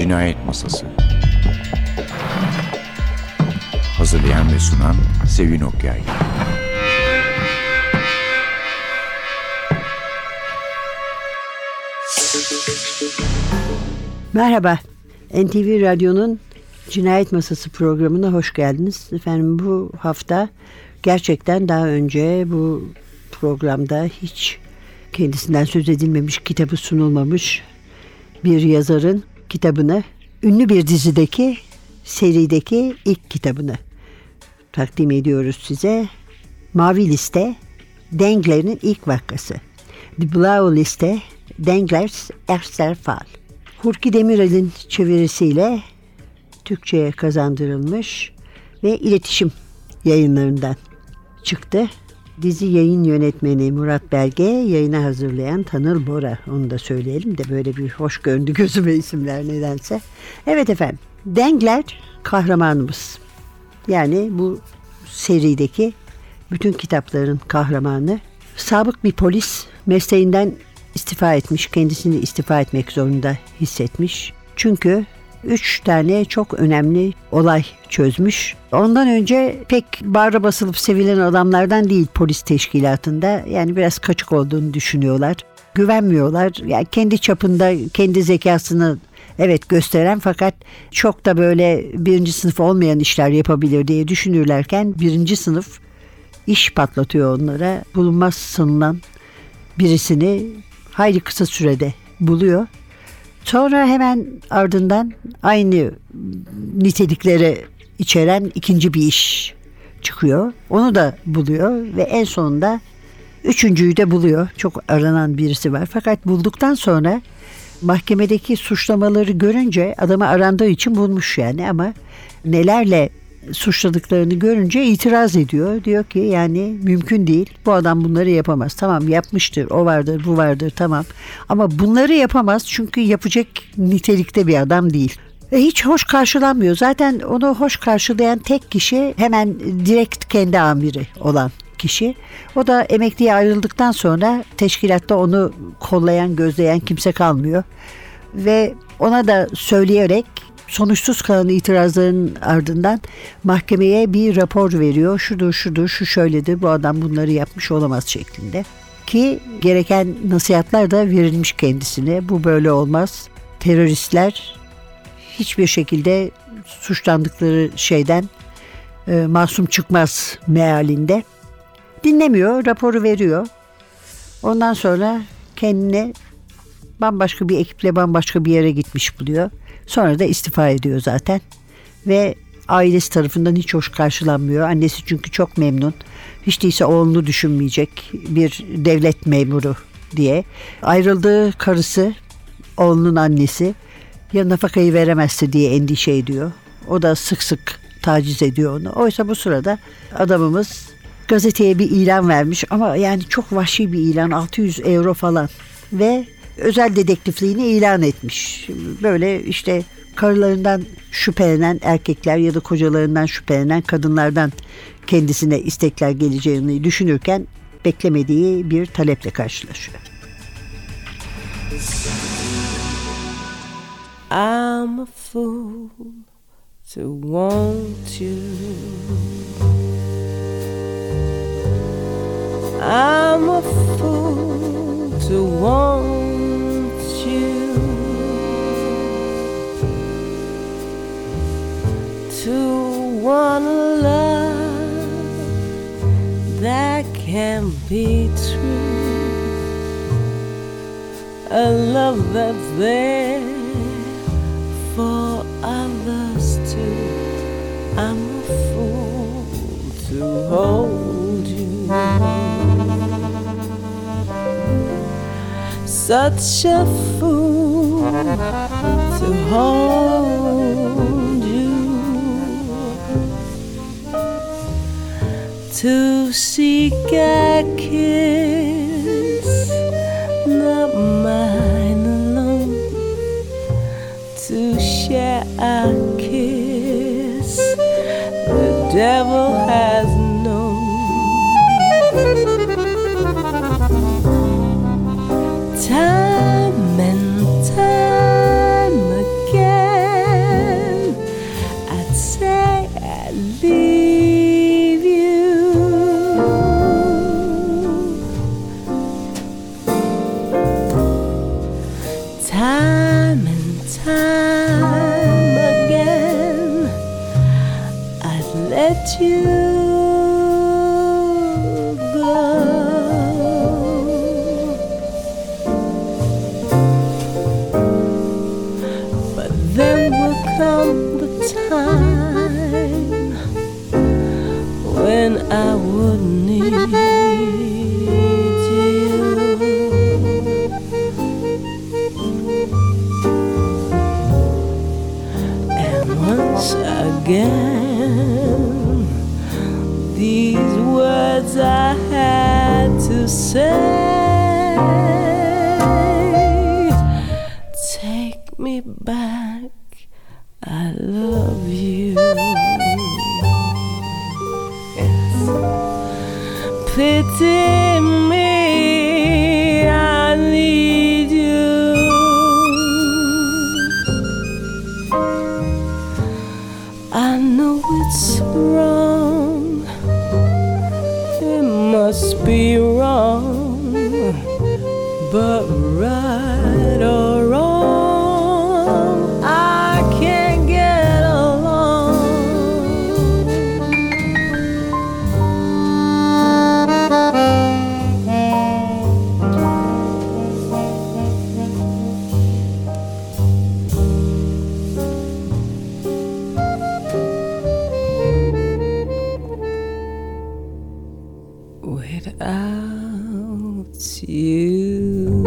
Cinayet Masası. Hazırlayan ve sunan Sevin Okyay. Merhaba, NTV Radyo'nun Cinayet Masası programına hoş geldiniz. Efendim, bu hafta gerçekten daha önce bu programda hiç kendisinden söz edilmemiş, kitabı sunulmamış bir yazarın kitabını, ünlü bir dizideki, serideki ilk kitabını takdim ediyoruz size. Mavi Liste, Dengler'in ilk vakası. The Blaue Liste, Denglers erster Fall. Hurki Demirel'in çevirisiyle Türkçe'ye kazandırılmış ve iletişim yayınlarından çıktı. Dizi yayın yönetmeni Murat Belge, yayına hazırlayan Tanıl Bora. Onu da söyleyelim de böyle bir hoş göründü gözüme isimler nedense. Evet efendim, Dengler kahramanımız. Yani bu serideki bütün kitapların kahramanı. Sabık bir polis, mesleğinden istifa etmiş, kendisini istifa etmek zorunda hissetmiş. Çünkü 3 tane çok önemli olay çözmüş. Ondan önce pek bağra basılıp sevilen adamlardan değil polis teşkilatında. Yani biraz kaçık olduğunu düşünüyorlar. Güvenmiyorlar. Yani kendi çapında, kendi zekasını evet gösteren fakat çok da böyle birinci sınıf olmayan işler yapabilir diye düşünürlerken birinci sınıf iş patlatıyor onlara. Bulunmaz sanılan birisini hayli kısa sürede buluyor. Sonra hemen ardından aynı niteliklere içeren ikinci bir iş çıkıyor. Onu da buluyor ve en sonunda üçüncüyü de buluyor. Çok aranan birisi var. Fakat bulduktan sonra mahkemedeki suçlamaları görünce adamı arandığı için bulmuş yani ama nelerle suçladıklarını görünce itiraz ediyor. Diyor ki yani mümkün değil. Bu adam bunları yapamaz. Tamam yapmıştır. O vardır, bu vardır. Tamam. Ama bunları yapamaz çünkü yapacak nitelikte bir adam değil. Hiç hoş karşılanmıyor. Zaten onu hoş karşılayan tek kişi hemen direkt kendi amiri olan kişi. O da emekliye ayrıldıktan sonra teşkilatta onu kollayan, gözleyen kimse kalmıyor. Ve ona da söyleyerek sonuçsuz kalan itirazların ardından mahkemeye bir rapor veriyor. Şudur, şu şöyledir, bu adam bunları yapmış olamaz şeklinde. Ki gereken nasihatler de verilmiş kendisine. Bu böyle olmaz. Teröristler hiçbir şekilde suçlandıkları şeyden masum çıkmaz mealinde. Dinlemiyor, raporu veriyor. Ondan sonra kendine bambaşka bir ekiple bambaşka bir yere gitmiş buluyor. Sonra da istifa ediyor zaten. Ve ailesi tarafından hiç hoş karşılanmıyor. Annesi çünkü çok memnun. Hiç değilse oğlunu düşünmeyecek bir devlet memuru diye. Ayrıldığı karısı, oğlunun annesi ya nafakayı veremezse diye endişe ediyor. O da sık sık taciz ediyor onu. Oysa bu sırada adamımız gazeteye bir ilan vermiş ama yani çok vahşi bir ilan, 600 euro falan ve özel dedektifliğini ilan etmiş. Böyle işte karılarından şüphelenen erkekler ya da kocalarından şüphelenen kadınlardan kendisine istekler geleceğini düşünürken beklemediği bir taleple karşılaşıyor. I'm a fool to want you. I'm a fool to want you, to want a love that can be true, a love that's there for others too. I'm a fool to hold you. Such a fool to hold you, to seek a kiss, not mine alone, to share a kiss the devil has known. Time and time again I had to say. Take me back, I love you. Yes. Pity me, I need you. I know it's wrong, it must be wrong, but right or wrong, I can't get along. Without you.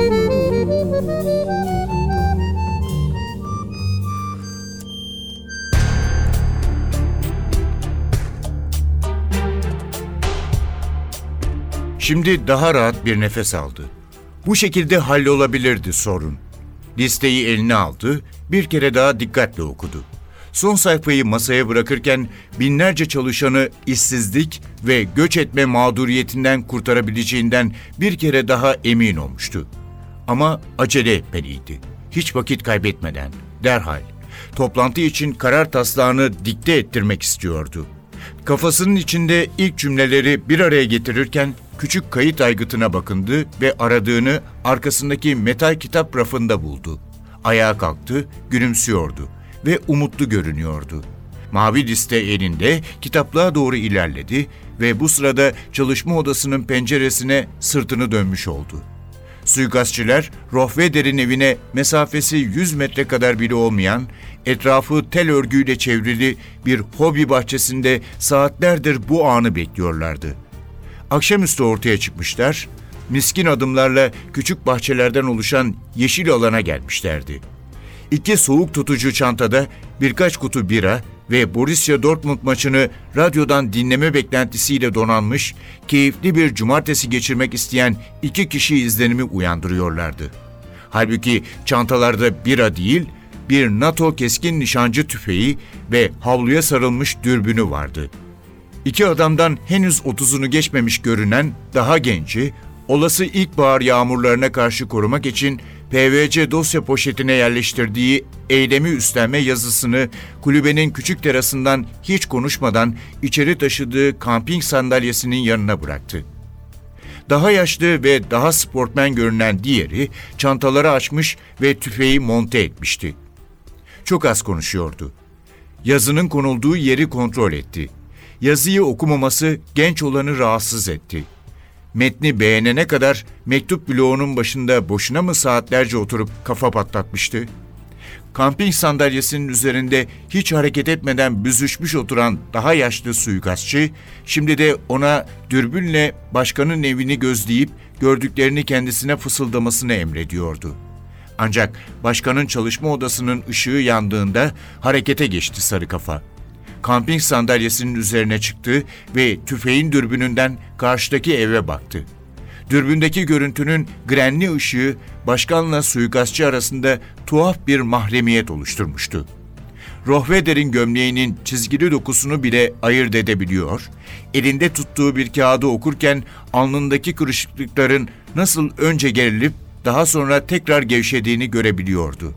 Şimdi daha rahat bir nefes aldı. Bu şekilde hallolabilirdi sorun. Listeyi eline aldı, bir kere daha dikkatle okudu. Son sayfayı masaya bırakırken binlerce çalışanı işsizlik ve göç etme mağduriyetinden kurtarabileceğinden bir kere daha emin olmuştu. Ama acele etmeliydi. Hiç vakit kaybetmeden, derhal. Toplantı için karar taslağını dikte ettirmek istiyordu. Kafasının içinde ilk cümleleri bir araya getirirken küçük kayıt aygıtına bakındı ve aradığını arkasındaki metal kitap rafında buldu. Ayağa kalktı, gülümsüyordu ve umutlu görünüyordu. Mavi liste elinde kitaplığa doğru ilerledi ve bu sırada çalışma odasının penceresine sırtını dönmüş oldu. Suikastçiler, Rohweder'in evine mesafesi 100 metre kadar bile olmayan, etrafı tel örgüyle çevrili bir hobi bahçesinde saatlerdir bu anı bekliyorlardı. Akşamüstü ortaya çıkmışlar, miskin adımlarla küçük bahçelerden oluşan yeşil alana gelmişlerdi. 2 soğuk tutucu çantada birkaç kutu bira ve Borussia Dortmund maçını radyodan dinleme beklentisiyle donanmış, keyifli bir cumartesi geçirmek isteyen 2 kişi izlenimi uyandırıyorlardı. Halbuki çantalarda bira değil, bir NATO keskin nişancı tüfeği ve havluya sarılmış dürbünü vardı. 2 adamdan henüz 30'unu geçmemiş görünen daha genci, olası ilkbahar yağmurlarına karşı korumak için PVC dosya poşetine yerleştirdiği eylemi üstlenme yazısını kulübenin küçük terasından hiç konuşmadan içeri taşıdığı kamping sandalyesinin yanına bıraktı. Daha yaşlı ve daha sportmen görünen diğeri çantaları açmış ve tüfeği monte etmişti. Çok az konuşuyordu. Yazının konulduğu yeri kontrol etti. Yazıyı okumaması genç olanı rahatsız etti. Metni beğenene kadar mektup bloğunun başında boşuna mı saatlerce oturup kafa patlatmıştı? Kamping sandalyesinin üzerinde hiç hareket etmeden büzüşmüş oturan daha yaşlı suikastçı, şimdi de ona dürbünle başkanın evini gözleyip gördüklerini kendisine fısıldamasını emrediyordu. Ancak başkanın çalışma odasının ışığı yandığında harekete geçti sarı kafa. Kamping sandalyesinin üzerine çıktı ve tüfeğin dürbününden karşıdaki eve baktı. Dürbündeki görüntünün grenli ışığı başkanla suikastçı arasında tuhaf bir mahremiyet oluşturmuştu. Rohweder'in gömleğinin çizgili dokusunu bile ayırt edebiliyor, elinde tuttuğu bir kağıdı okurken alnındaki kırışıklıkların nasıl önce gerilip daha sonra tekrar gevşediğini görebiliyordu.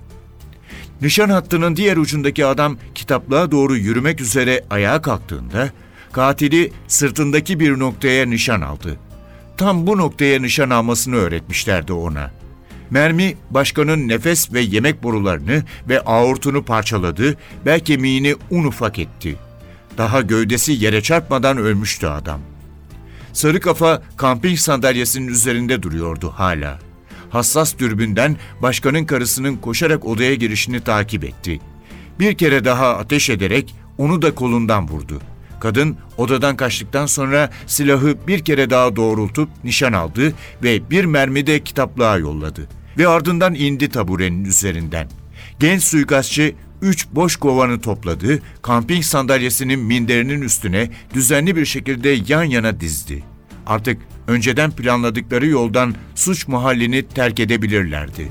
Nişan hattının diğer ucundaki adam kitaplığa doğru yürümek üzere ayağa kalktığında katili sırtındaki bir noktaya nişan aldı. Tam bu noktaya nişan almasını öğretmişlerdi ona. Mermi başkanın nefes ve yemek borularını ve aortunu parçaladı, bel kemiğini un ufak etti. Daha gövdesi yere çarpmadan ölmüştü adam. Sarı kafa kamping sandalyesinin üzerinde duruyordu hala. Hassas dürbünden başkanın karısının koşarak odaya girişini takip etti. Bir kere daha ateş ederek onu da kolundan vurdu. Kadın odadan kaçtıktan sonra silahı bir kere daha doğrultup nişan aldı ve bir mermi de kitaplığa yolladı. Ve ardından indi taburenin üzerinden. Genç suikastçı 3 boş kovanı topladı, kamping sandalyesinin minderinin üstüne düzenli bir şekilde yan yana dizdi. artık önceden planladıkları yoldan suç mahallini terk edebilirlerdi.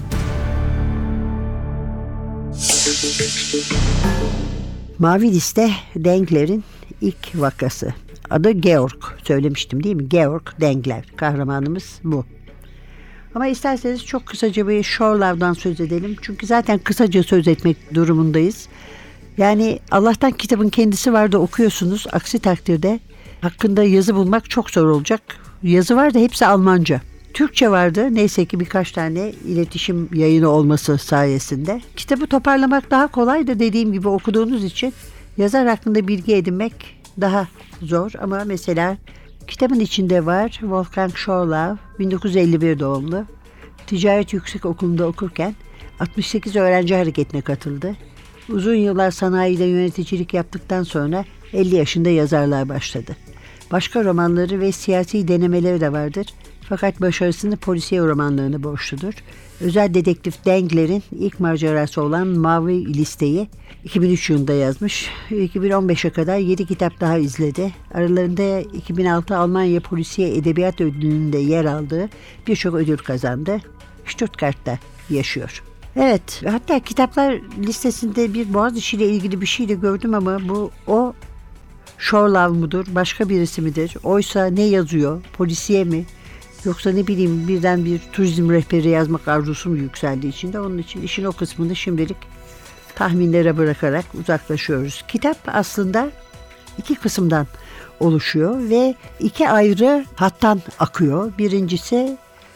Mavi Liste Dengler'in ilk vakası. Adı Georg. Söylemiştim değil mi? Georg Dengler. Kahramanımız bu. Ama isterseniz çok kısaca bir Schorlav'dan söz edelim. Çünkü zaten kısaca söz etmek durumundayız. Yani Allah'tan kitabın kendisi var da okuyorsunuz. Aksi takdirde hakkında yazı bulmak çok zor olacak. Yazı var da hepsi Almanca. Türkçe vardı. Neyse ki birkaç tane iletişim yayını olması sayesinde. Kitabı toparlamak daha kolay da dediğim gibi okuduğunuz için yazar hakkında bilgi edinmek daha zor. Ama mesela kitabın içinde var Wolfgang Schorlau, 1951 doğumlu. Ticaret Yüksekokulu'nda okurken 68 öğrenci hareketine katıldı. Uzun yıllar sanayide yöneticilik yaptıktan sonra 50 yaşında yazarlığa başladı. Başka romanları ve siyasi denemeleri de vardır. Fakat başarısını polisiye romanlarına borçludur. Özel dedektif Dengler'in ilk macerası olan Mavi Liste'yi 2003 yılında yazmış. 2015'e kadar 7 kitap daha izledi. Aralarında 2006 Almanya Polisiye Edebiyat Ödülü'nde yer aldığı birçok ödül kazandı. Stuttgart'ta yaşıyor. Evet, hatta kitaplar listesinde bir Boğaziçi ile ilgili bir şey de gördüm ama bu o Schorlau mudur, başka birisi midir? Oysa ne yazıyor? Polisiye mi? Yoksa ne bileyim birden bir turizm rehberi yazmak arzusu mu yükseldi içinde? Onun için işin o kısmını şimdilik tahminlere bırakarak uzaklaşıyoruz. Kitap aslında 2 kısımdan oluşuyor ve 2 ayrı hattan akıyor. Birincisi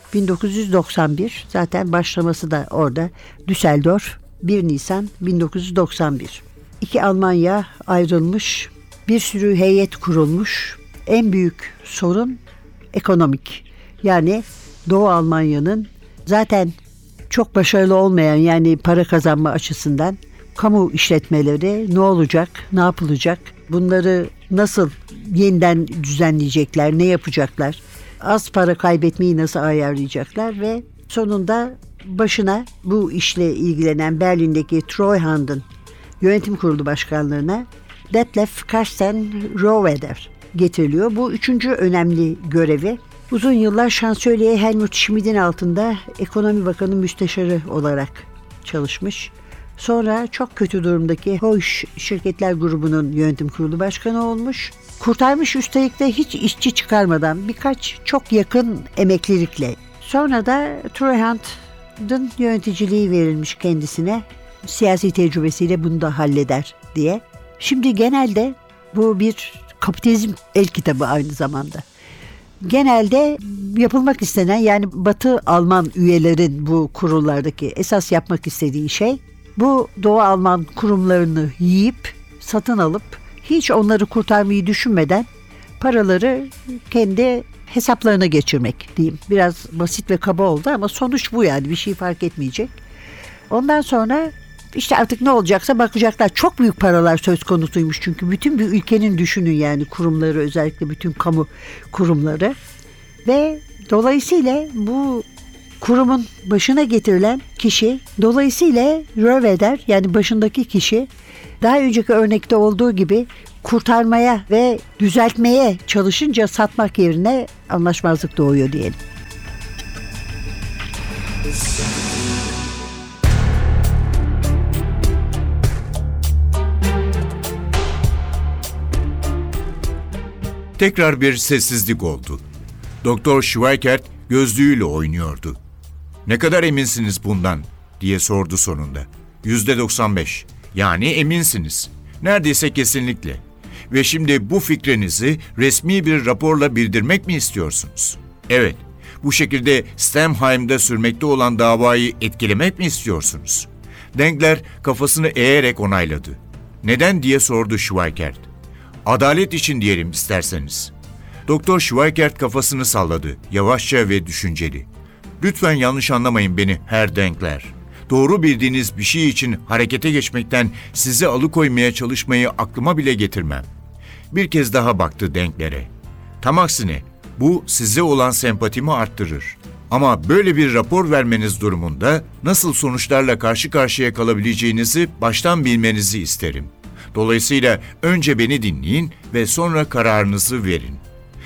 1991, zaten başlaması da orada. Düsseldorf, 1 Nisan 1991. 2 Almanya ayrılmış, bir sürü heyet kurulmuş. En büyük sorun ekonomik. Yani Doğu Almanya'nın zaten çok başarılı olmayan, yani para kazanma açısından kamu işletmeleri ne olacak, ne yapılacak, bunları nasıl yeniden düzenleyecekler, ne yapacaklar, az para kaybetmeyi nasıl ayarlayacaklar ve sonunda başına bu işle ilgilenen Berlin'deki Treuhand'ın yönetim kurulu başkanlığına Detlef Karsten Rohwedder getiriliyor. Bu 3. önemli görevi. Uzun yıllar şansölye Helmut Schmidt'in altında ekonomi bakanı müsteşarı olarak çalışmış. Sonra çok kötü durumdaki Heusch Şirketler Grubu'nun yönetim kurulu başkanı olmuş. Kurtarmış üstelik de hiç işçi çıkarmadan, birkaç çok yakın emeklilikle. Sonra da Treuhand'ın yöneticiliği verilmiş kendisine. Siyasi tecrübesiyle bunu da halleder diye. Şimdi genelde bu bir kapitalizm el kitabı aynı zamanda. Genelde yapılmak istenen, yani Batı Alman üyelerin bu kurullardaki esas yapmak istediği şey, bu Doğu Alman kurumlarını yiyip satın alıp hiç onları kurtarmayı düşünmeden paraları kendi hesaplarına geçirmek diyeyim. Biraz basit ve kaba oldu ama sonuç bu, yani bir şey fark etmeyecek. Ondan sonra işte artık ne olacaksa bakacaklar. Çok büyük paralar söz konusuymuş çünkü bütün bir ülkenin düşünün, yani kurumları, özellikle bütün kamu kurumları ve dolayısıyla bu kurumun başına getirilen kişi, dolayısıyla Rohwedder, yani başındaki kişi daha önceki örnekte olduğu gibi kurtarmaya ve düzeltmeye çalışınca satmak yerine anlaşmazlık doğuyor diyelim. Tekrar bir sessizlik oldu. Doktor Schweikert gözlüğüyle oynuyordu. "Ne kadar eminsiniz bundan?" diye sordu sonunda. "%95. Yani eminsiniz. Neredeyse kesinlikle. Ve şimdi bu fikrinizi resmi bir raporla bildirmek mi istiyorsunuz? Evet. Bu şekilde Stemheim'de sürmekte olan davayı etkilemek mi istiyorsunuz?" Dengler kafasını eğerek onayladı. "Neden?" diye sordu Schweikert. "Adalet için diyelim isterseniz." Doktor Schweikert kafasını salladı, yavaşça ve düşünceli. "Lütfen yanlış anlamayın beni Herr Dengler. Doğru bildiğiniz bir şey için harekete geçmekten sizi alıkoymaya çalışmayı aklıma bile getirmem." Bir kez daha baktı Dengler'e. "Tam aksine bu size olan sempatimi arttırır. Ama böyle bir rapor vermeniz durumunda nasıl sonuçlarla karşı karşıya kalabileceğinizi baştan bilmenizi isterim. Dolayısıyla önce beni dinleyin ve sonra kararınızı verin."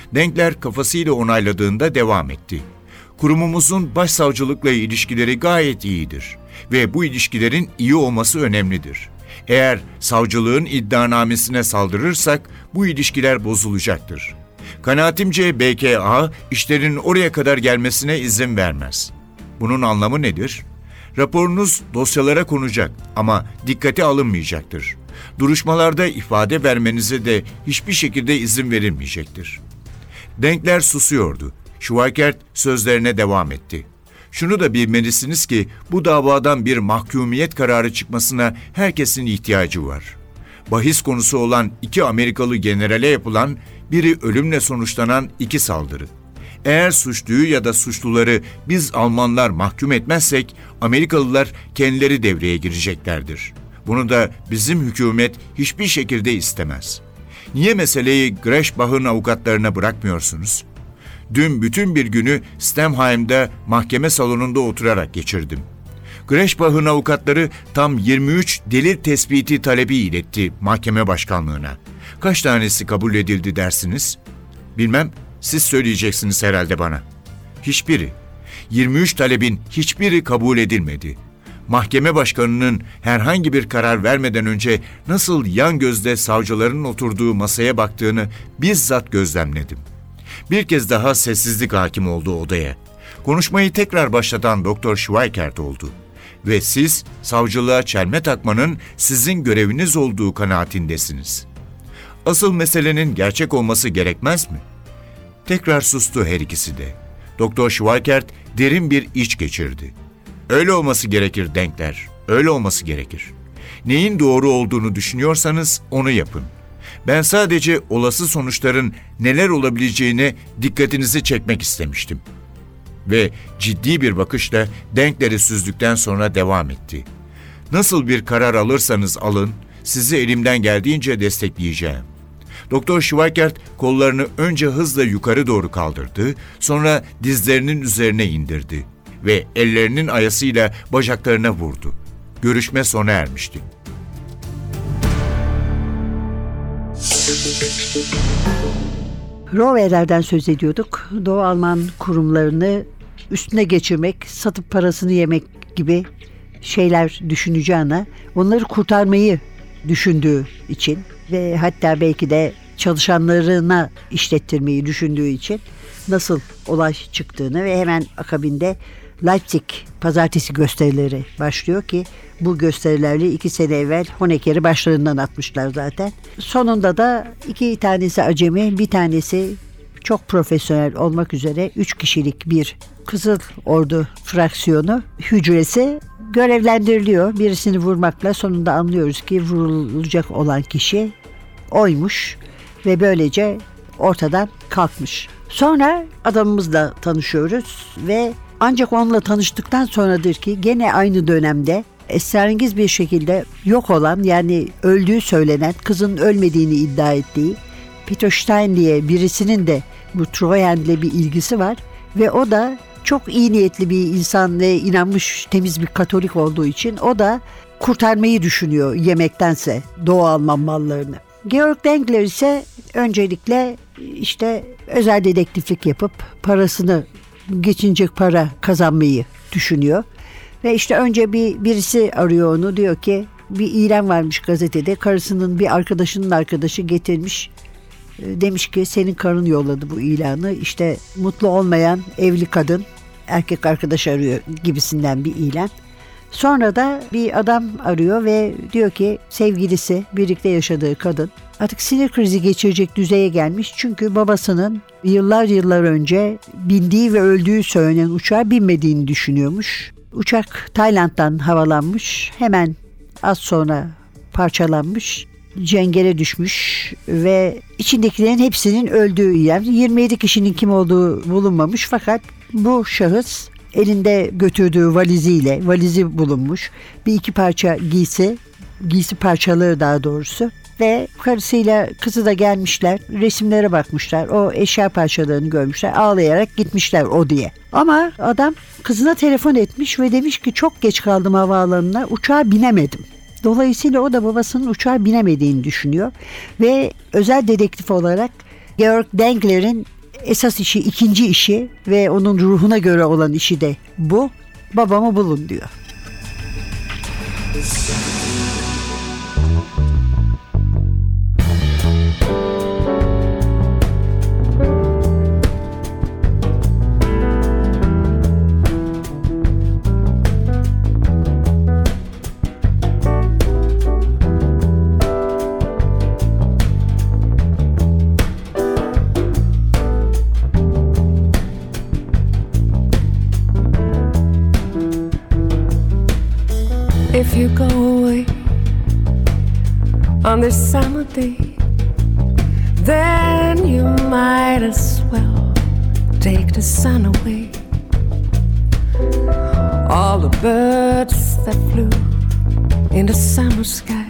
Denkler kafasıyla onayladığında devam etti. Kurumumuzun başsavcılıkla ilişkileri gayet iyidir ve bu ilişkilerin iyi olması önemlidir. Eğer savcılığın iddianamesine saldırırsak bu ilişkiler bozulacaktır. Kanaatimce BKA işlerin oraya kadar gelmesine izin vermez. Bunun anlamı nedir? Raporunuz dosyalara konacak ama dikkate alınmayacaktır. Duruşmalarda ifade vermenize de hiçbir şekilde izin verilmeyecektir. Denkler susuyordu. Schweikert sözlerine devam etti. Şunu da bilmelisiniz ki bu davadan bir mahkumiyet kararı çıkmasına herkesin ihtiyacı var. Bahis konusu olan 2 Amerikalı generale yapılan, biri ölümle sonuçlanan 2 saldırı. Eğer suçluyu ya da suçluları biz Almanlar mahkum etmezsek, Amerikalılar kendileri devreye gireceklerdir. Bunu da bizim hükümet hiçbir şekilde istemez. Niye meseleyi Greschbach'ın avukatlarına bırakmıyorsunuz? Dün bütün bir günü Stemheim'de mahkeme salonunda oturarak geçirdim. Greschbach'ın avukatları tam 23 delil tespiti talebi iletti mahkeme başkanlığına. Kaç tanesi kabul edildi dersiniz? Bilmem, siz söyleyeceksiniz herhalde bana. Hiçbiri. 23 talebin hiçbiri kabul edilmedi. Mahkeme başkanının herhangi bir karar vermeden önce nasıl yan gözle savcıların oturduğu masaya baktığını bizzat gözlemledim. Bir kez daha sessizlik hakim oldu odaya. Konuşmayı tekrar başlatan Doktor Schweikert oldu. Ve siz savcılığa çelme takmanın sizin göreviniz olduğu kanaatindesiniz. Asıl meselenin gerçek olması gerekmez mi? Tekrar sustu her ikisi de. Doktor Schweikert derin bir iç geçirdi. Öyle olması gerekir Denkler, öyle olması gerekir. Neyin doğru olduğunu düşünüyorsanız onu yapın. Ben sadece olası sonuçların neler olabileceğine dikkatinizi çekmek istemiştim. Ve ciddi bir bakışla Denkler'i süzdükten sonra devam etti. Nasıl bir karar alırsanız alın, sizi elimden geldiğince destekleyeceğim. Doktor Schweikert kollarını önce hızla yukarı doğru kaldırdı, sonra dizlerinin üzerine indirdi ve ellerinin ayasıyla bacaklarına vurdu. Görüşme sona ermişti. Rover'lerden söz ediyorduk. Doğu Alman kurumlarını üstüne geçirmek, satıp parasını yemek gibi şeyler düşüneceğine onları kurtarmayı düşündüğü için ve hatta belki de çalışanlarına işlettirmeyi düşündüğü için nasıl olay çıktığını ve hemen akabinde Leipzig pazartesi gösterileri başlıyor ki bu gösterilerle 2 sene evvel Honecker'i başlarından atmışlar zaten. Sonunda da 2 tanesi acemi, bir tanesi çok profesyonel olmak üzere 3 kişilik bir Kızıl Ordu fraksiyonu hücresi görevlendiriliyor. Birisini vurmakla sonunda anlıyoruz ki vurulacak olan kişi oymuş ve böylece ortadan kalkmış. Sonra adamımızla tanışıyoruz ve ancak onunla tanıştıktan sonradır ki gene aynı dönemde esrarengiz bir şekilde yok olan, yani öldüğü söylenen, kızın ölmediğini iddia ettiği Peter Stein diye birisinin de bu Treuhand'le bir ilgisi var ve o da çok iyi niyetli bir insan ve inanmış temiz bir Katolik olduğu için o da kurtarmayı düşünüyor yemektense Doğu Alman mallarını. Georg Denkler ise öncelikle işte özel dedektiflik yapıp parasını, geçinecek para kazanmayı düşünüyor. Ve işte önce birisi arıyor onu, diyor ki bir ilan varmış gazetede, karısının bir arkadaşının arkadaşı getirmiş. Demiş ki senin karın yolladı bu ilanı, işte mutlu olmayan evli kadın erkek arkadaş arıyor gibisinden bir ilan. Sonra da bir adam arıyor ve diyor ki sevgilisi, birlikte yaşadığı kadın artık sinir krizi geçirecek düzeye gelmiş. Çünkü babasının yıllar önce bindiği ve öldüğü söylenen uçağa binmediğini düşünüyormuş. Uçak Tayland'dan havalanmış, hemen az sonra parçalanmış, cengere düşmüş ve içindekilerin hepsinin öldüğü ilan. 27 kişinin kim olduğu bulunmamış fakat bu şahıs elinde götürdüğü valizi bulunmuş. Bir 2 parça giysi parçaları daha doğrusu. Ve karısıyla kızı da gelmişler, resimlere bakmışlar, o eşya parçalarını görmüşler, ağlayarak gitmişler o diye. Ama adam kızına telefon etmiş ve demiş ki çok geç kaldım havaalanına, uçağa binemedim. Dolayısıyla o da babasının uçağa binemediğini düşünüyor ve özel dedektif olarak Georg Denkler'in esas işi, ikinci işi ve onun ruhuna göre olan işi de bu. Babamı bulun diyor. If you go away on this summer day, then you might as well take the sun away. All the birds that flew in the summer sky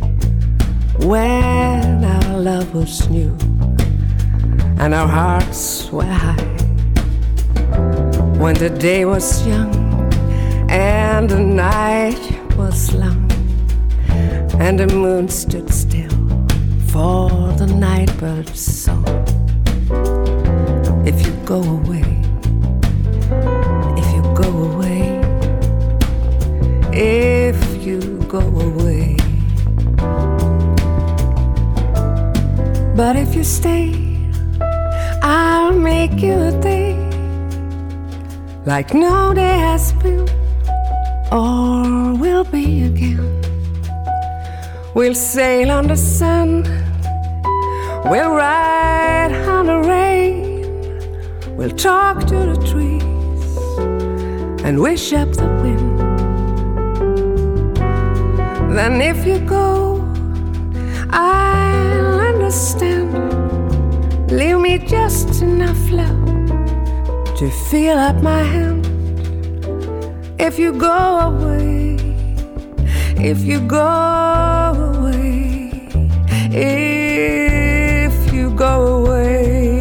when our love was new and our hearts were high, when the day was young and the night was long, and the moon stood still for the night bird's song. If you go away, if you go away, if you go away, but if you stay, I'll make you a day like no day has been or will be again. We'll sail on the sun, we'll ride on the rain, we'll talk to the trees and wish up the wind. Then if you go, I'll understand. Leave me just enough love to fill up my hand. If you go away, if you go away, if you go away.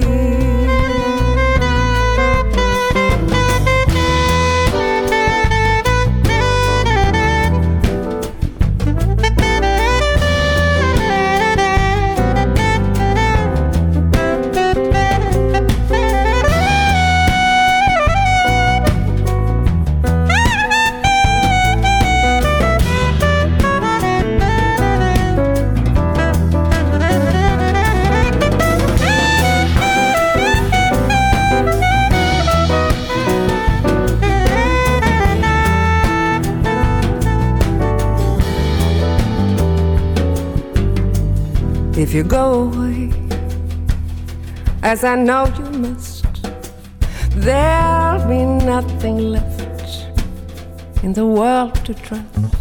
If you go away, as I know you must, there'll be nothing left in the world to trust.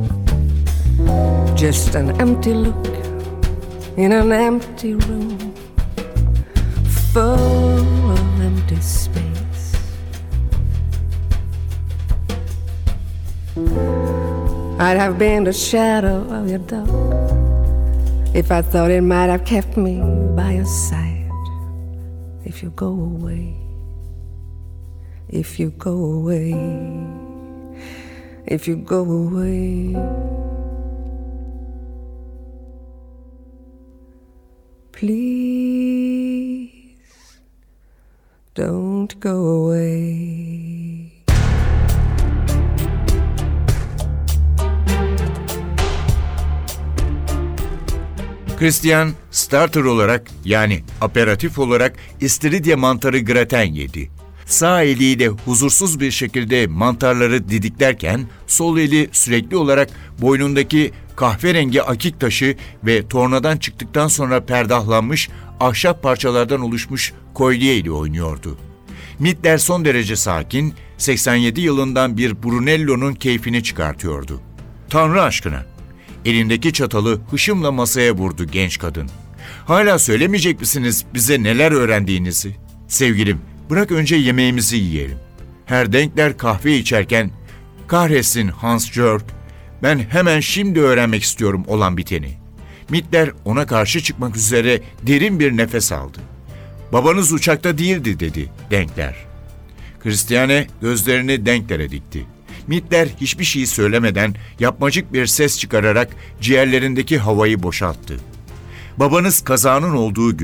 Just an empty look in an empty room, full of empty space. I'd have been the shadow of your dog if I thought it might have kept me by your side. If you go away, if you go away, if you go away, please don't go away. Christian starter olarak yani aperatif olarak istiridye mantarı graten yedi. Sağ eliyle huzursuz bir şekilde mantarları didiklerken sol eli sürekli olarak boynundaki kahverengi akik taşı ve tornadan çıktıktan sonra perdahlanmış ahşap parçalardan oluşmuş kolye ile oynuyordu. Mittler son derece sakin, 87 yılından bir Brunello'nun keyfini çıkartıyordu. Tanrı aşkına! Elindeki çatalı hışımla masaya vurdu genç kadın. Hala söylemeyecek misiniz bize neler öğrendiğinizi? Sevgilim, bırak önce yemeğimizi yiyelim. Herr Denkler kahve içerken, kahretsin Hans Jörg, ben hemen şimdi öğrenmek istiyorum olan biteni. Mittler ona karşı çıkmak üzere derin bir nefes aldı. Babanız uçakta değildi dedi Denkler. Christiane gözlerini Denkler'e dikti. Mittler hiçbir şey söylemeden yapmacık bir ses çıkararak ciğerlerindeki havayı boşalttı. Babanız kazanın olduğu gün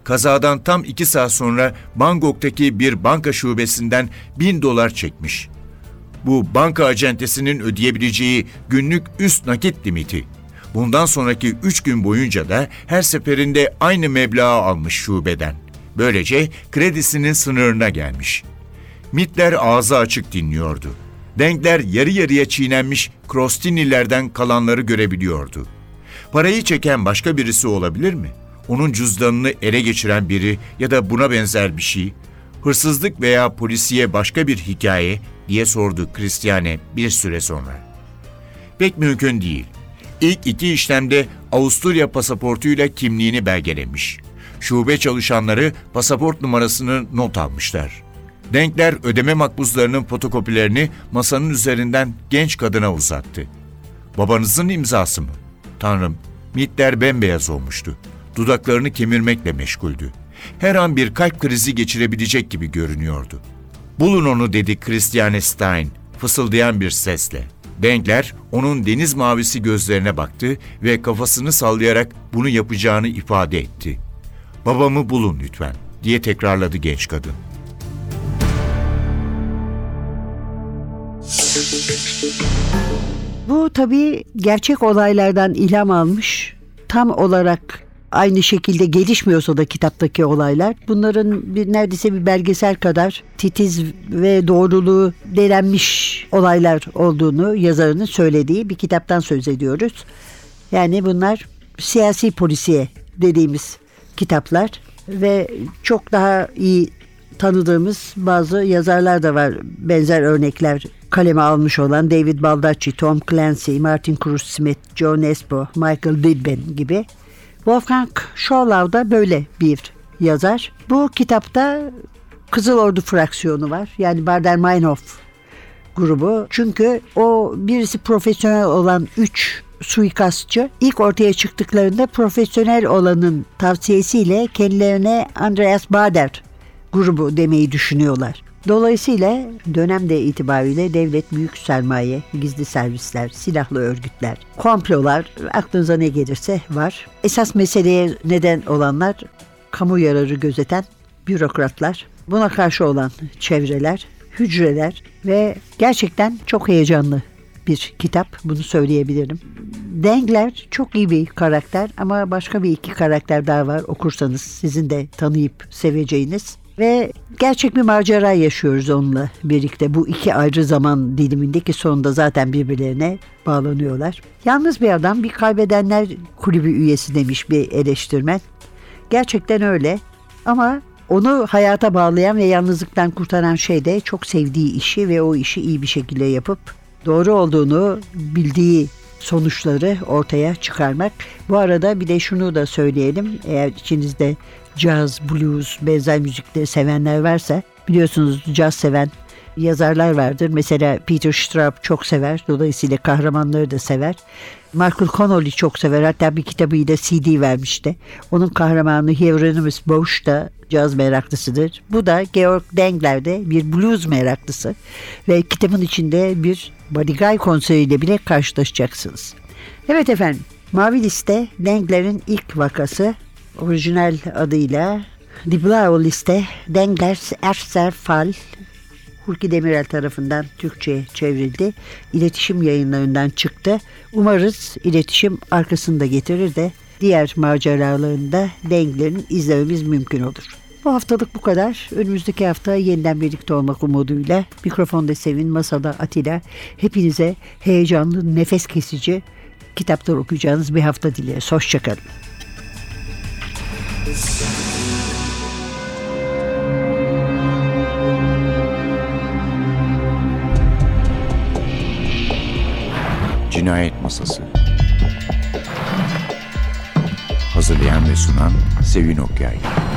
kazadan tam 2 saat sonra Bangkok'taki bir banka şubesinden $1000 çekmiş. Bu banka acentesinin ödeyebileceği günlük üst nakit limiti. Bundan sonraki 3 gün boyunca da her seferinde aynı meblağı almış şubeden. Böylece kredisinin sınırına gelmiş. Mitler ağzı açık dinliyordu. Dengler yarı yarıya çiğnenmiş krostinilerden kalanları görebiliyordu. Parayı çeken başka birisi olabilir mi? Onun cüzdanını ele geçiren biri ya da buna benzer bir şey, hırsızlık veya polisiye başka bir hikaye diye sordu Christiane bir süre sonra. Pek mümkün değil. İlk 2 işlemde Avusturya pasaportuyla kimliğini belgelemiş. Şube çalışanları pasaport numarasını not almışlar. Denkler ödeme makbuzlarının fotokopilerini masanın üzerinden genç kadına uzattı. Babanızın imzası mı? Tanrım, Mitler bembeyaz olmuştu. Dudaklarını kemirmekle meşguldü. Her an bir kalp krizi geçirebilecek gibi görünüyordu. Bulun onu dedi Christiane Stein, fısıldayan bir sesle. Denkler onun deniz mavisi gözlerine baktı ve kafasını sallayarak bunu yapacağını ifade etti. Babamı bulun lütfen diye tekrarladı genç kadın. Bu tabii gerçek olaylardan ilham almış, tam olarak aynı şekilde gelişmiyorsa da kitaptaki olaylar, bunların neredeyse bir belgesel kadar titiz ve doğruluğu denenmiş olaylar olduğunu yazarının söylediği bir kitaptan söz ediyoruz. Yani bunlar siyasi polisiye dediğimiz kitaplar ve çok daha iyi tanıdığımız bazı yazarlar da var. Benzer örnekler kaleme almış olan David Baldacci, Tom Clancy, Martin Cruz Smith, Joe Nesbo, Michael Dibben gibi. Wolfgang Schorlau da böyle bir yazar. Bu kitapta Kızıl Ordu fraksiyonu var. Yani Baader-Meinhof grubu. Çünkü o birisi profesyonel olan 3 suikastçı ilk ortaya çıktıklarında profesyonel olanın tavsiyesiyle kendilerine Andreas Baader grubu demeyi düşünüyorlar. Dolayısıyla dönemde itibariyle devlet, büyük sermaye, gizli servisler, silahlı örgütler, komplolar, aklınıza ne gelirse var. Esas meseleye neden olanlar kamu yararı gözeten bürokratlar, buna karşı olan çevreler, hücreler ve gerçekten çok heyecanlı bir kitap, bunu söyleyebilirim. Dengler çok iyi bir karakter ama başka bir 2 karakter daha var, okursanız sizin de tanıyıp seveceğiniz. Ve gerçek bir macera yaşıyoruz onunla birlikte. Bu 2 ayrı zaman dilimindeki sonunda zaten birbirlerine bağlanıyorlar. Yalnız bir adam, bir kaybedenler kulübü üyesi demiş bir eleştirmen. Gerçekten öyle ama onu hayata bağlayan ve yalnızlıktan kurtaran şey de çok sevdiği işi ve o işi iyi bir şekilde yapıp doğru olduğunu bildiği sonuçları ortaya çıkarmak. Bu arada bir de şunu da söyleyelim. Eğer içinizde caz, blues, benzer müzikleri sevenler varsa, biliyorsunuz caz seven yazarlar vardır. Mesela Peter Straub çok sever. Dolayısıyla kahramanları da sever. Michael Connolly çok sever. Hatta bir kitabıyla CD vermişti. Onun kahramanı Hieronymus Bosch da caz meraklısıdır. Bu da Georg Dengler de bir blues meraklısı. Ve kitabın içinde bir Buddy Guy konseriyle bile karşılaşacaksınız. Evet efendim, Mavi Liste Dengler'in ilk vakası. Orijinal adıyla Die Blaue Liste, Denglers erster Fall, Hulki Demirel tarafından Türkçe'ye çevrildi. İletişim Yayınlarından çıktı. Umarız iletişim arkasını da getirir de diğer maceralarında Dengler'in izlememiz mümkün olur. Bu haftalık bu kadar. Önümüzdeki hafta yeniden birlikte olmak umuduyla mikrofonda Sevin, masada Atilla. Hepinize heyecanlı, nefes kesici kitaplar okuyacağınız bir hafta dileriz. Hoşçakalın. Cinayet Masası. Hazırlayan ve sunan Sevin Okyay.